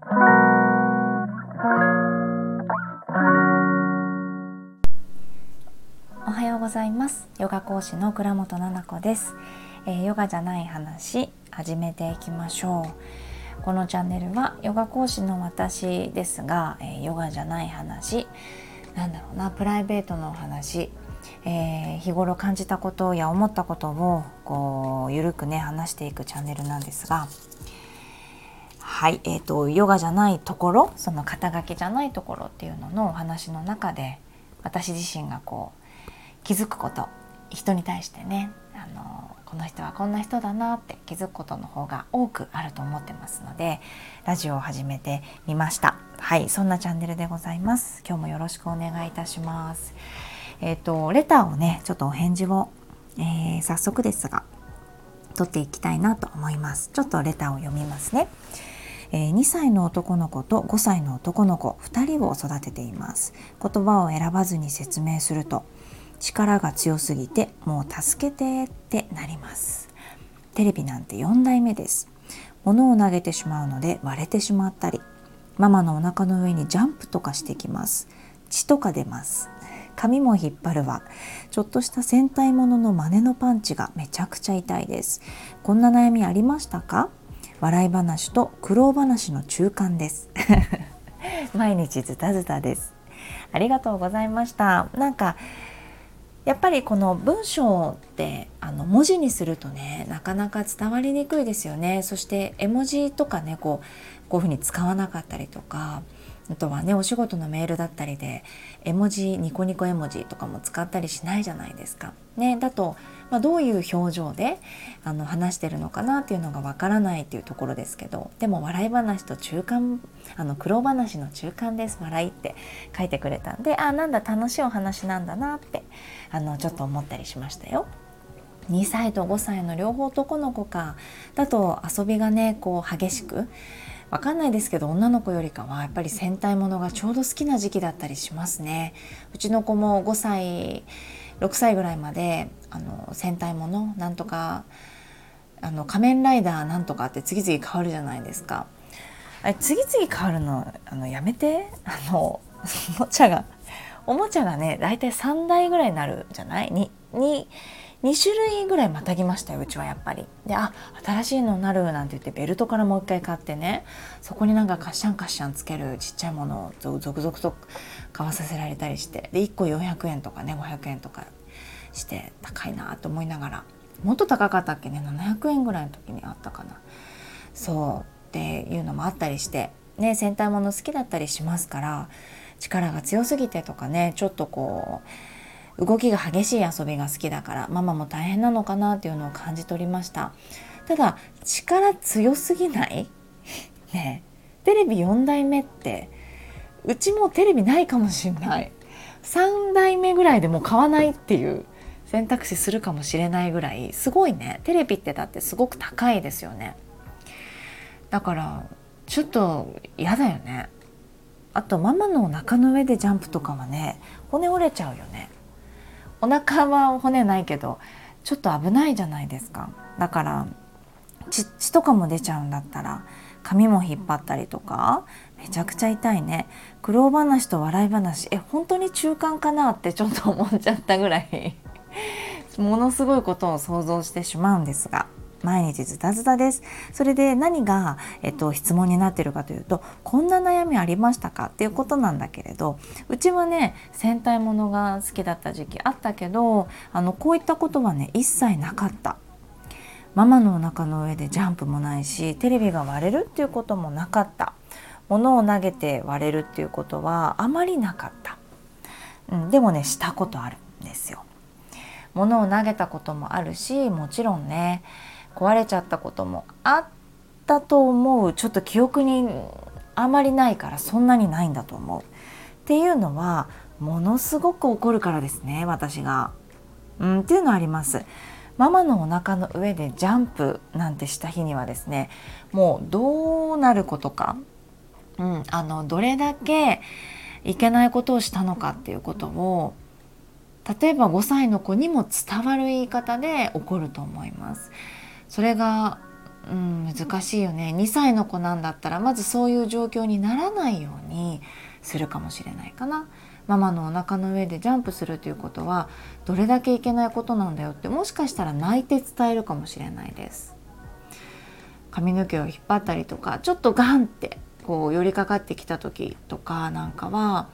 おはようございます。ヨガ講師の倉本奈々子です。ヨガじゃない話始めていきましょう。このチャンネルはヨガ講師の私ですが、ヨガじゃない話、プライベートのお話、日頃感じたことや思ったことをゆるくね話していくチャンネルなんですが、はい、ヨガじゃないところ、その肩書きじゃないところっていうののお話の中で、私自身が気づくこと、人に対してね、この人はこんな人だなって気づくことの方が多くあると思ってますので、ラジオを始めてみました。はい、そんなチャンネルでございます。今日もよろしくお願いいたします。レターをね、ちょっとお返事を、早速ですが取っていきたいなと思います。ちょっとレターを読みますね。2歳の男の子と5歳の男の子2人を育てています。言葉を選ばずに説明すると、力が強すぎてもう助けてってなります。テレビなんて4代目です。物を投げてしまうので割れてしまったり、ママのお腹の上にジャンプとかしてきます。血とか出ます。髪も引っ張るわ。ちょっとした戦隊ものの真似のパンチがめちゃくちゃ痛いです。こんな悩みありましたか？笑い話と苦労話の中間です毎日ズタズタです。ありがとうございました。やっぱりこの文章って文字にするとね、なかなか伝わりにくいですよね。そして絵文字とかね、こういうふうに使わなかったりとか、あとはね、お仕事のメールだったりで絵文字、ニコニコ絵文字とかも使ったりしないじゃないですかね。だと、どういう表情で話してるのかなっていうのがわからないっていうところですけど、でも笑い話と中間、苦労話の中間です、笑いって書いてくれたんで、なんだ楽しいお話なんだなってちょっと思ったりしましたよ。2歳と5歳の両方男の子かだと、遊びがね激しく、わかんないですけど、女の子よりかはやっぱり戦隊ものがちょうど好きな時期だったりしますね。うちの子も5歳6歳ぐらいまで戦隊ものなんとか仮面ライダーなんとかって次々変わるじゃないですか。あれ次々変わるのやめて。おもちゃがね、だいたい3台ぐらいになるじゃない。2種類ぐらいまたぎましたよ、うちはやっぱり。で、新しいのになるなんて言ってベルトからもう一回買ってね、そこにカッシャンカッシャンつけるちっちゃいものを続々と買わさせられたりして、で1個400円とかね500円とかして高いなと思いながら、もっと高かったっけね、700円ぐらいの時にあったかな。そうっていうのもあったりしてね、戦隊もの好きだったりしますから、力が強すぎてとかね、ちょっと動きが激しい遊びが好きだから、ママも大変なのかなっていうのを感じ取りました。ただ力強すぎないね。テレビ4代目って、うちもテレビないかもしれない。3代目ぐらいでもう買わないっていう選択肢するかもしれないぐらいすごいね。テレビってだってすごく高いですよね。だからちょっと嫌だよね。あとママのお腹の上でジャンプとかはね、骨折れちゃうよね。お腹は骨ないけどちょっと危ないじゃないですか。だから血とかも出ちゃうんだったら、髪も引っ張ったりとかめちゃくちゃ痛いね。苦労話と笑い話、本当に中間かなってちょっと思っちゃったぐらいものすごいことを想像してしまうんですが、毎日ズタズタです。それで何が、質問になっているかというと、こんな悩みありましたかっていうことなんだけれど、うちはね、戦隊ものが好きだった時期あったけど、こういったことはね一切なかった。ママのお腹の上でジャンプもないし、テレビが割れるっていうこともなかった。物を投げて割れるっていうことはあまりなかった。でもね、したことあるんですよ。物を投げたこともあるし、もちろんね壊れちゃったこともあったと思う。ちょっと記憶にあまりないから、そんなにないんだと思う。っていうのはものすごく怒るからですね、私が。っていうのはあります。ママのお腹の上でジャンプなんてした日にはですね、もうどうなることか、どれだけいけないことをしたのかっていうことを、例えば5歳の子にも伝わる言い方で怒ると思います。それが難しいよね。2歳の子なんだったらまずそういう状況にならないようにするかもしれないかな。ママのお腹の上でジャンプするということはどれだけいけないことなんだよって、もしかしたら泣いて伝えるかもしれないです。髪の毛を引っ張ったりとか、ちょっとガンってこう寄りかかってきた時とかなんかは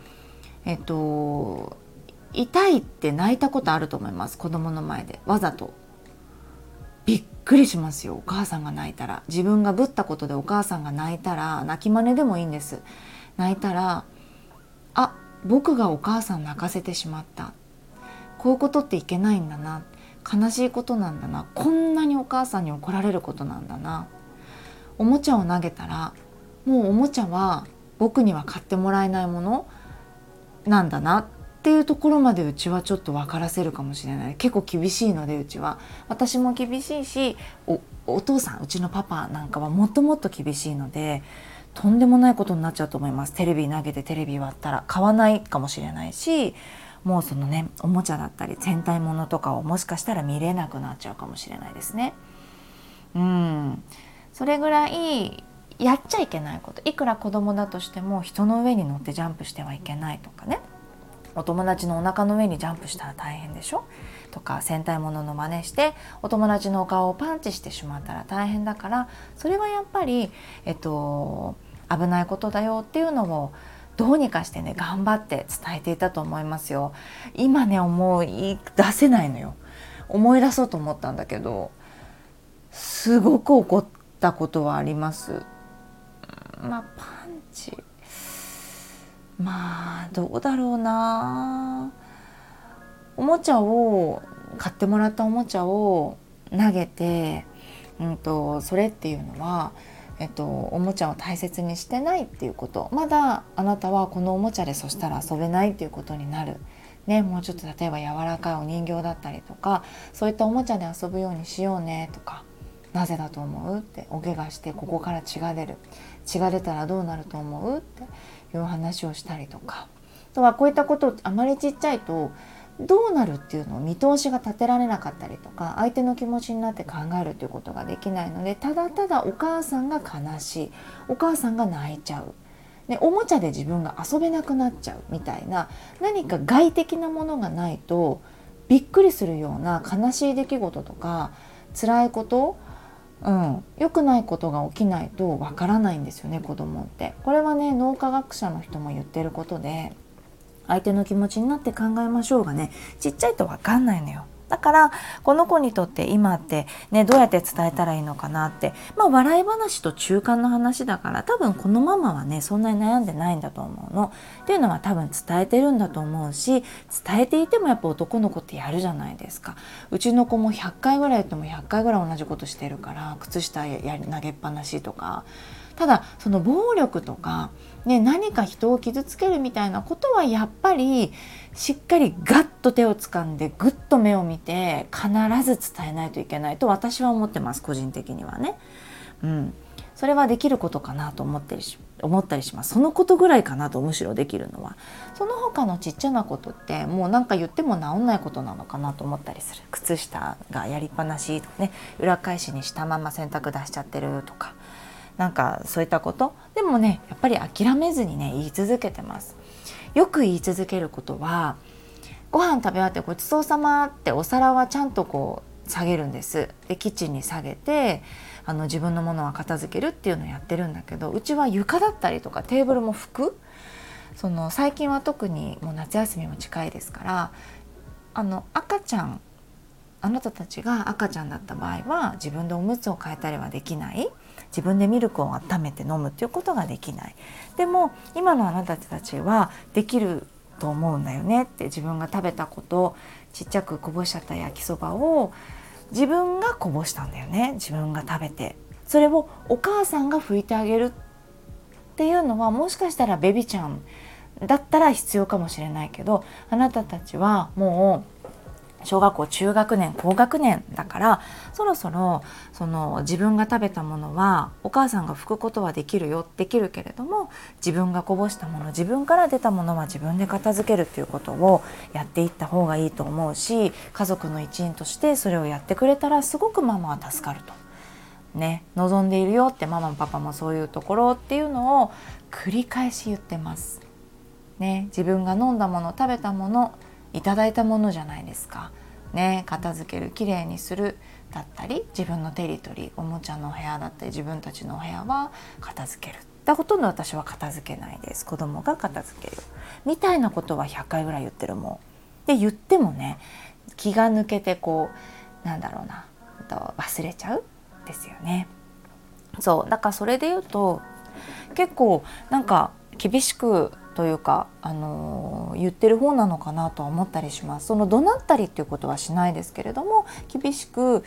痛いって泣いたことあると思います。子供の前でわざと。びっくりしますよ、お母さんが泣いたら。自分がぶったことでお母さんが泣いたら、泣き真似でもいいんです。泣いたら、あ、僕がお母さん泣かせてしまった、こういうことっていけないんだな、悲しいことなんだな、こんなにお母さんに怒られることなんだな。おもちゃを投げたら、もうおもちゃは僕には買ってもらえないものなんだなっていうところまでうちはちょっと分からせるかもしれない。結構厳しいので、うちは私も厳しいし、お父さん、うちのパパなんかはもっともっと厳しいので、とんでもないことになっちゃうと思います。テレビ投げてテレビ割ったら買わないかもしれないし、もうそのね、おもちゃだったり戦隊ものとかをもしかしたら見れなくなっちゃうかもしれないですね。それぐらいやっちゃいけないこと、いくら子供だとしても人の上に乗ってジャンプしてはいけないとかね、お友達のお腹の上にジャンプしたら大変でしょとか、戦隊ものの真似してお友達のお顔をパンチしてしまったら大変だから、それはやっぱり、危ないことだよっていうのをどうにかしてね、頑張って伝えていたと思いますよ。今ね、思い出せないのよ。思い出そうと思ったんだけど、すごく怒ったことはあります。パンチ、どうだろうな。おもちゃを買ってもらったおもちゃを投げて、それっていうのは、おもちゃを大切にしてないっていうこと。まだあなたはこのおもちゃでそしたら遊べないっていうことになる。ね、もうちょっと例えば柔らかいお人形だったりとか、そういったおもちゃで遊ぶようにしようねとか、なぜだと思うって、お怪我してここから血が出る、血が出たらどうなると思うっていう話をしたりとか、あとはこういったことをあまりちっちゃいとどうなるっていうのを見通しが立てられなかったりとか、相手の気持ちになって考えるということができないので、ただただお母さんが悲しい、お母さんが泣いちゃう、ね、おもちゃで自分が遊べなくなっちゃうみたいな、何か外的なものがないとびっくりするような悲しい出来事とか辛いこと、良くないことが起きないとわからないんですよね、子供って。これはね、脳科学者の人も言ってることで、相手の気持ちになって考えましょうがね、ちっちゃいと分かんないのよ。だからこの子にとって今ってね、どうやって伝えたらいいのかなって、笑い話と中間の話だから、多分このママはねそんなに悩んでないんだと思うの。っていうのは多分伝えてるんだと思うし、伝えていてもやっぱ男の子ってやるじゃないですか。うちの子も100回ぐらい言っても100回ぐらい同じことしてるから、靴下投げっぱなしとか。ただその暴力とかね、何か人を傷つけるみたいなことはやっぱりしっかりガッと手を掴んでグッと目を見て必ず伝えないといけないと私は思ってます、個人的にはね。それはできることかなと思ったりします。そのことぐらいかなと、むしろできるのは。その他のちっちゃなことってもうなんか言っても治んないことなのかなと思ったりする。靴下がやりっぱなしとかね、裏返しにしたまま洗濯出しちゃってるとか、なんかそういったことでもね、やっぱり諦めずにね言い続けてます。よく言い続けることは、ご飯食べ終わってごちそうさまってお皿はちゃんとこう下げるんです。でキッチンに下げて自分のものは片付けるっていうのをやってるんだけど、うちは床だったりとかテーブルも拭く。最近は特にもう夏休みも近いですから、赤ちゃん、あなたたちが赤ちゃんだった場合は自分でおむつを替えたりはできない、自分でミルクを温めて飲むっていうことができない。でも今のあなたたちはできると思うんだよねって、自分が食べたこと、ちっちゃくこぼしちゃった焼きそばを自分がこぼしたんだよね、自分が食べて、それをお母さんが拭いてあげるっていうのは、もしかしたらベビちゃんだったら必要かもしれないけど、あなたたちはもう小学校中学年高学年だから、そろそろ自分が食べたものはお母さんが拭くことはできるよ、できるけれども、自分がこぼしたもの、自分から出たものは自分で片付けるっていうことをやっていった方がいいと思うし、家族の一員としてそれをやってくれたらすごくママは助かると。 ね、望んでいるよってママもパパもそういうところっていうのを繰り返し言ってます、ね、自分が飲んだもの食べたものいただいたものじゃないですか、ね、片付けるきれいにするだったり自分のテリトリーおもちゃの部屋だったり自分たちのお部屋は片付ける。ほとんど私は片付けないです。子供が片付けるみたいなことは100回ぐらい言ってるもんで、言ってもね気が抜けてなんだろうな忘れちゃうですよね。そうだからそれで言うと結構なんか厳しくというか、言ってる方なのかなとは思ったりします。その怒鳴ったりっていうことはしないですけれども厳しく、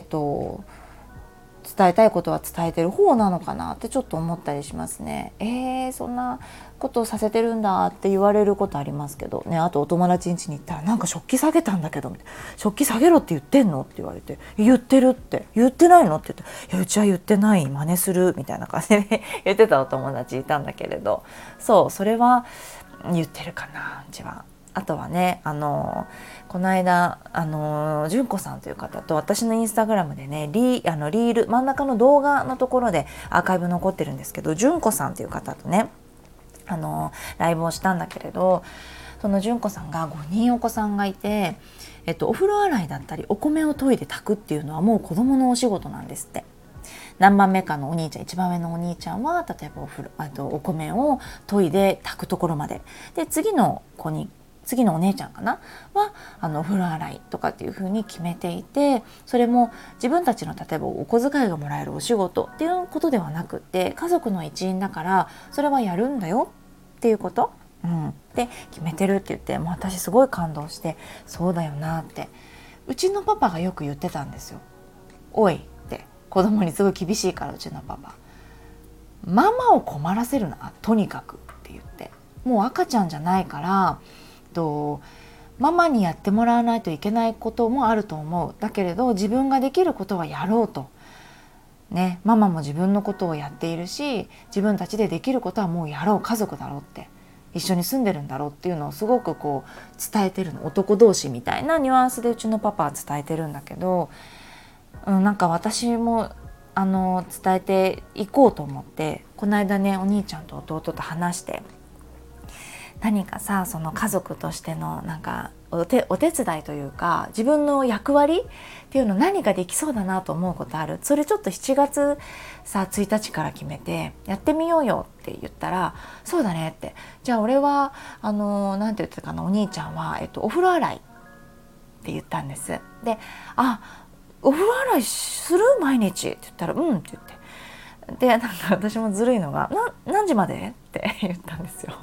伝えたいことは伝えてる方なのかなってちょっと思ったりしますね。そんなことをさせてるんだって言われることありますけどね。あとお友達ん家に行ったらなんか食器下げたんだけどみたいな、食器下げろって言ってんのって言われて、言ってるって言ってないのって言って、いやうちは言ってない、真似するみたいな感じで言ってたお友達いたんだけれど、そうそれは言ってるかなうちは。あとはねこの間純子さんという方と私のインスタグラムでねリール真ん中の動画のところでアーカイブ残ってるんですけど、純子さんという方とねライブをしたんだけれど、その純子さんが5人お子さんがいて、お風呂洗いだったりお米を研いで炊くっていうのはもう子供のお仕事なんですって。何番目かのお兄ちゃん、一番上のお兄ちゃんは例えばお米を研いで炊くところまでで、次のお姉ちゃんかなはお風呂洗いとかっていう風に決めていて、それも自分たちの例えばお小遣いがもらえるお仕事っていうことではなくって、家族の一員だからそれはやるんだよっていうこと、で決めてるって言って、もう私すごい感動して、そうだよなってうちのパパがよく言ってたんですよ。おいって子供にすごい厳しいから、うちのパパママを困らせるなとにかくって言って、もう赤ちゃんじゃないからママにやってもらわないといけないこともあると思う。だけれど自分ができることはやろうと。ね、ママも自分のことをやっているし、自分たちでできることはもうやろう、家族だろうって、一緒に住んでるんだろうっていうのをすごく伝えてるの。男同士みたいなニュアンスでうちのパパは伝えてるんだけど、なんか私も伝えていこうと思って、この間ねお兄ちゃんと弟と話して、何かさその家族としてのなんかお手伝いというか自分の役割っていうの何かできそうだなと思うことある？それちょっと7月さ1日から決めてやってみようよって言ったら、そうだねって、じゃあ俺はなんて言ってたかな、お兄ちゃんは、お風呂洗いって言ったんです。で、お風呂洗いする毎日って言ったらうんって言って、でなんか私もずるいのが何時までって言ったんですよ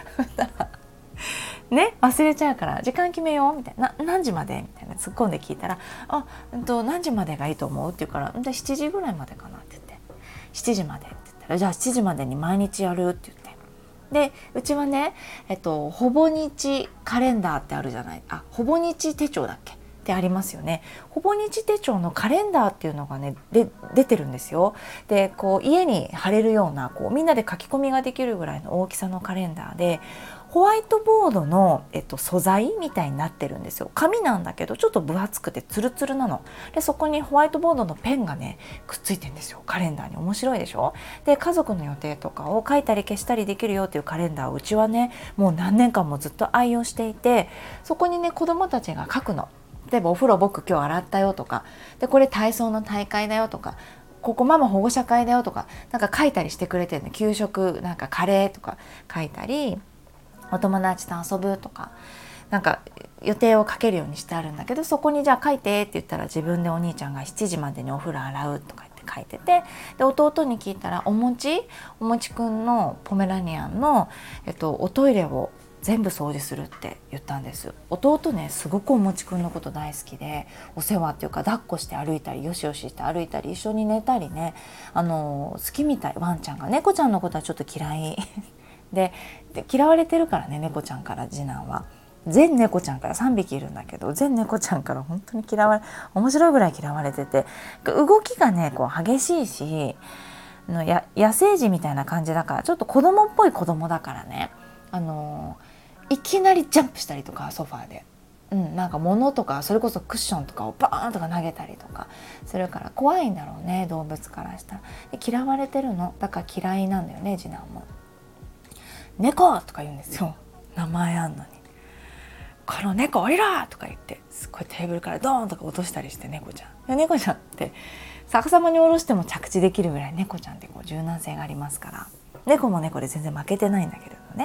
ね、忘れちゃうから時間決めようみたいな、何時までみたいな突っ込んで聞いたら、何時までがいいと思うって言うから、7時ぐらいまでかなって言って、7時までって言ったら、じゃあ7時までに毎日やるって言って、でうちはね、ほぼ日カレンダーってあるじゃない、ほぼ日手帳だっけってありますよね。ほぼ日手帳のカレンダーっていうのがね出てるんですよ。で家に貼れるようなみんなで書き込みができるぐらいの大きさのカレンダーで、ホワイトボードの、素材みたいになってるんですよ。紙なんだけどちょっと分厚くてツルツルなので、そこにホワイトボードのペンがねくっついてるんですよ。カレンダーに面白いでしょ。で家族の予定とかを書いたり消したりできるよっていうカレンダーをうちはねもう何年間もずっと愛用していて、そこにね子どもたちが書くの。例えばお風呂僕今日洗ったよとか、でこれ体操の大会だよとか、ここママ保護者会だよとかなんか書いたりしてくれてるの。給食なんかカレーとか書いたり、お友達と遊ぶとかなんか予定を書けるようにしてあるんだけど、そこにじゃあ書いてって言ったら自分でお兄ちゃんが7時までにお風呂洗うとか言って書いてて、で弟に聞いたらおもちくんのポメラニアンの、おトイレを全部掃除するって言ったんです。弟ねすごくおもちくんのこと大好きで、お世話っていうか抱っこして歩いたりよしよしして歩いたり一緒に寝たりね、好きみたい。ワンちゃんが猫ちゃんのことはちょっと嫌いで嫌われてるからね、猫ちゃんから次男は。全猫ちゃんから3匹いるんだけど、全猫ちゃんから本当に面白いぐらい嫌われてて、動きがね激しいし野生児みたいな感じだから、ちょっと子供っぽい子供だからね、いきなりジャンプしたりとかソファーでなんか物とかそれこそクッションとかをバーンとか投げたりとかするから怖いんだろうね、動物からしたら。で嫌われてるのだから嫌いなんだよね、次男も。猫とか言うんですよ、名前あんのに。この猫おいろとか言ってすごいテーブルからドーンとか落としたりして、猫ちゃん猫ちゃんって逆さまに下ろしても着地できるぐらい猫ちゃんってこう柔軟性がありますから、猫も猫で全然負けてないんだけれどね。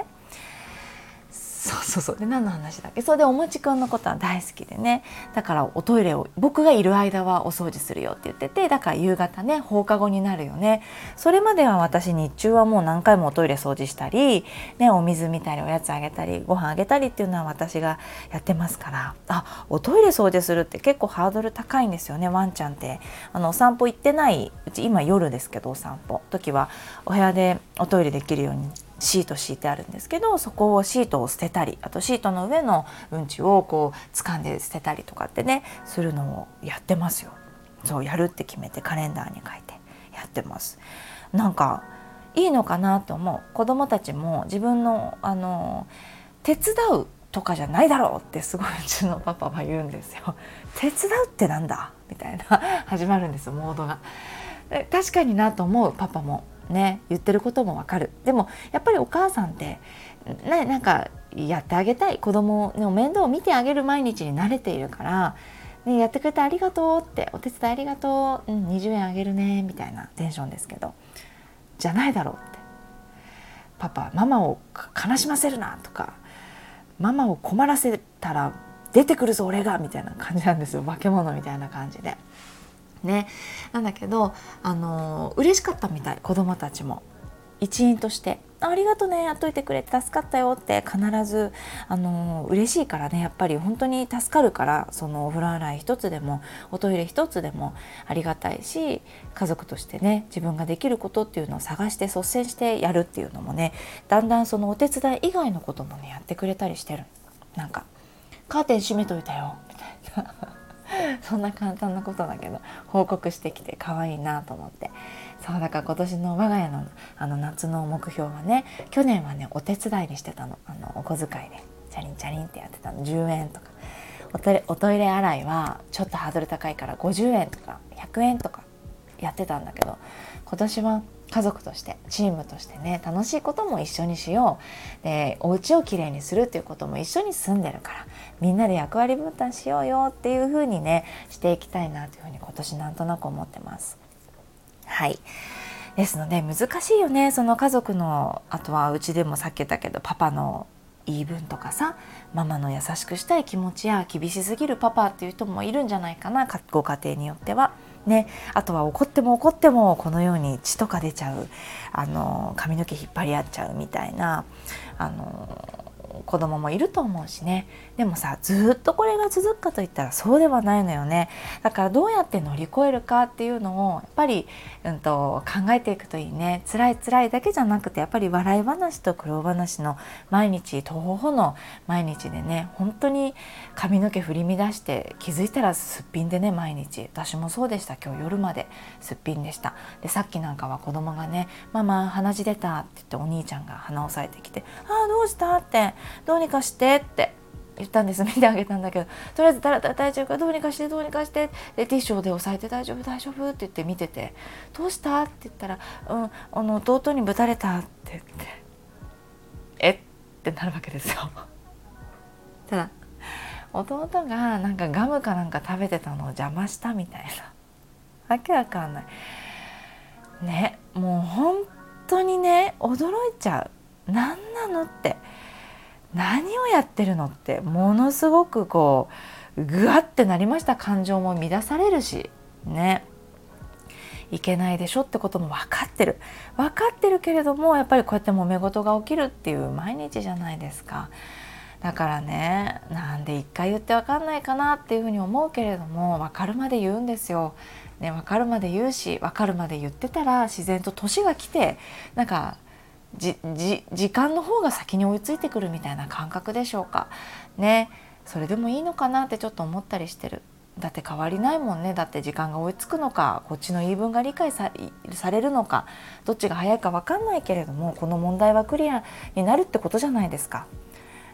そうで何の話だっけ。それでおもちくんのことは大好きでね、だからおトイレを僕がいる間はお掃除するよって言ってて、だから夕方ね放課後になるよね。それまでは私日中はもう何回もおトイレ掃除したり、ね、お水見たりおやつあげたりご飯あげたりっていうのは私がやってますから、おトイレ掃除するって結構ハードル高いんですよね。ワンちゃんってお散歩行ってない、うち今夜ですけどお散歩時はお部屋でおトイレできるようにシート敷いてあるんですけど、そこをシートを捨てたり、あとシートの上のうんちをこう掴んで捨てたりとかってねするのをやってますよ。そうやるって決めてカレンダーに書いてやってます。なんかいいのかなと思う。子供たちも自分の手伝うとかじゃないだろうってすごいうちのパパは言うんですよ。手伝うってなんだみたいな始まるんですよ、モードが。確かになと思う。パパもね言ってることもわかる。でもやっぱりお母さんってね、なんかやってあげたい、子供の面倒を見てあげる毎日に慣れているから、ね、やってくれてありがとうって、お手伝いありがとう、20円あげるねみたいなテンションですけど、じゃないだろうって、パパママを悲しませるなとか、ママを困らせたら出てくるぞ俺がみたいな感じなんですよ。化け物みたいな感じでね。なんだけど嬉しかったみたい、子供たちも一員として、ありがとねやっといてくれて助かったよって必ず嬉しいからね、やっぱり本当に助かるから、そのお風呂洗い一つでもおトイレ一つでもありがたいし、家族としてね自分ができることっていうのを探して率先してやるっていうのもね、だんだんそのお手伝い以外のこともねやってくれたりしてる。なんかカーテン閉めといたよみたいなそんな簡単なことだけど報告してきて可愛いなと思って。そうだから今年の我が家の夏の目標はね、去年はねお手伝いにしてたの。お小遣いでチャリンチャリンってやってたの。10円とかおトイレ洗いはちょっとハードル高いから50円とか100円とかやってたんだけど、今年は家族としてチームとしてね楽しいことも一緒にしよう、でお家をきれいにするっていうことも一緒に住んでるからみんなで役割分担しようよっていう風にねしていきたいなというふうに今年なんとなく思ってます。はい、ですので難しいよね、その家族の、あとはうちでもさっき言ったけどパパの言い分とかさ、ママの優しくしたい気持ちや厳しすぎるパパっていう人もいるんじゃないかな、ご家庭によってはね。あとは怒ってもこのように血とか出ちゃう、髪の毛引っ張り合っちゃうみたいな子供もいると思うしね。でもさずっとこれが続くかといったらそうではないのよね。だからどうやって乗り越えるかっていうのをやっぱり、考えていくといいね。辛いだけじゃなくてやっぱり笑い話と苦労話の毎日、とほほの毎日でね、本当に髪の毛振り乱して気づいたらすっぴんでね、毎日私もそうでした。今日夜まですっぴんでした。でさっきなんかは子供がね、ママ鼻血出たって言ってお兄ちゃんが鼻を押さえてきて、どうしたってどうにかしてって言ったんです。見てあげたんだけど、とりあえず大丈夫か、どうにかしてでティッシュで押さえて大丈夫って言って見てて、どうしたって言ったら、弟にぶたれたって言って、えってなるわけですよ。ただ弟がなんかガムかなんか食べてたのを邪魔したみたいな、わけわかんないね。もう本当にね驚いちゃう。何なのって、何をやってるのって、ものすごくこうグワってなりました。感情も乱されるしね、いけないでしょってことも分かってるけれども、やっぱりこうやって揉め事が起きるっていう毎日じゃないですか。だからね、なんで一回言って分かんないかなっていうふうに思うけれども、分かるまで言うんですよ、ね、分かるまで言うし、分かるまで言ってたら自然と年が来て、なんか時間の方が先に追いついてくるみたいな感覚でしょうかね。それでもいいのかなってちょっと思ったりしてる。だって変わりないもんね。だって時間が追いつくのか、こっちの言い分が理解されるのか、どっちが早いか分かんないけれども、この問題はクリアになるってことじゃないですか。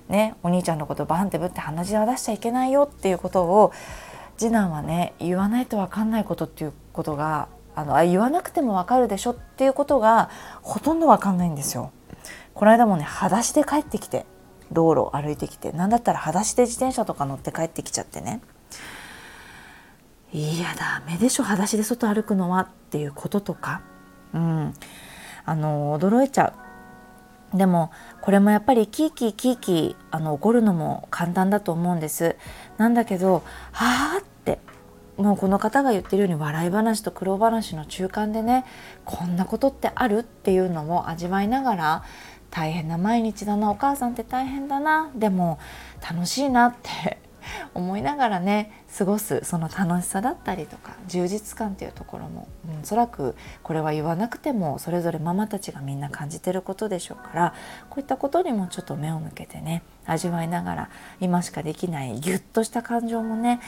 ね、お兄ちゃんのことバンってぶって鼻血は出しちゃいけないよっていうことを次男はね、言わないと分かんないことっていうことが言わなくても分かるでしょっていうことがほとんど分かんないんですよ。この間もね、裸足で帰ってきて、道路を歩いてきて、なんだったら裸足で自転車とか乗って帰ってきちゃってね、いやダメでしょ裸足で外歩くのはっていうこととか、驚いちゃう。でもこれもやっぱりキーキー怒るのも簡単だと思うんです。なんだけどはあってもうこの方が言ってるように笑い話と苦労話の中間でね、こんなことってあるっていうのも味わいながら、大変な毎日だな、お母さんって大変だな、でも楽しいなって思いながらね過ごす、その楽しさだったりとか充実感っていうところも、おそらくこれは言わなくてもそれぞれママたちがみんな感じてることでしょうから、こういったことにもちょっと目を向けてね味わいながら、今しかできないギュッとした感情もね、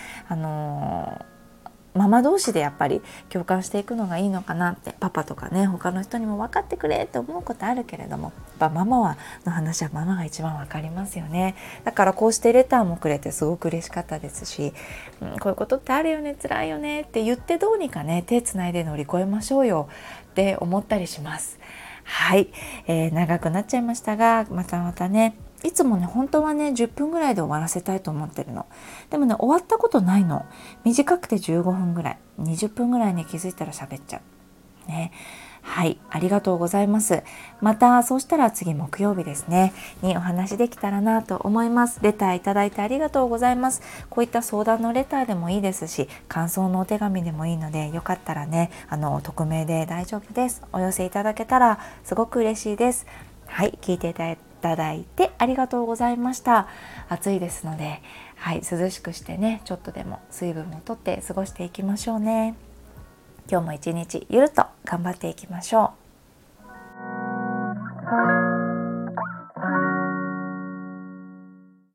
ママ同士でやっぱり共感していくのがいいのかなって、パパとかね他の人にも分かってくれって思うことあるけれども、やっぱママの話はママが一番分かりますよね。だからこうしてレターもくれてすごく嬉しかったですし、こういうことってあるよね、辛いよねって言ってどうにかね手つないで乗り越えましょうよって思ったりします。はい、長くなっちゃいましたが、またね、いつもね本当はね10分ぐらいで終わらせたいと思ってるの。でもね終わったことないの。短くて15分ぐらい、20分ぐらいに気づいたら喋っちゃうね。はい、ありがとうございます。またそうしたら次木曜日ですねにお話できたらなと思います。レターいただいてありがとうございます。こういった相談のレターでもいいですし、感想のお手紙でもいいので、よかったらね匿名で大丈夫です。お寄せいただけたらすごく嬉しいです。はい、聞いていただいてありがとうございました。暑いですので、はい、涼しくしてね、ちょっとでも水分をとって過ごしていきましょうね。今日も一日ゆるっと頑張っていきましょう。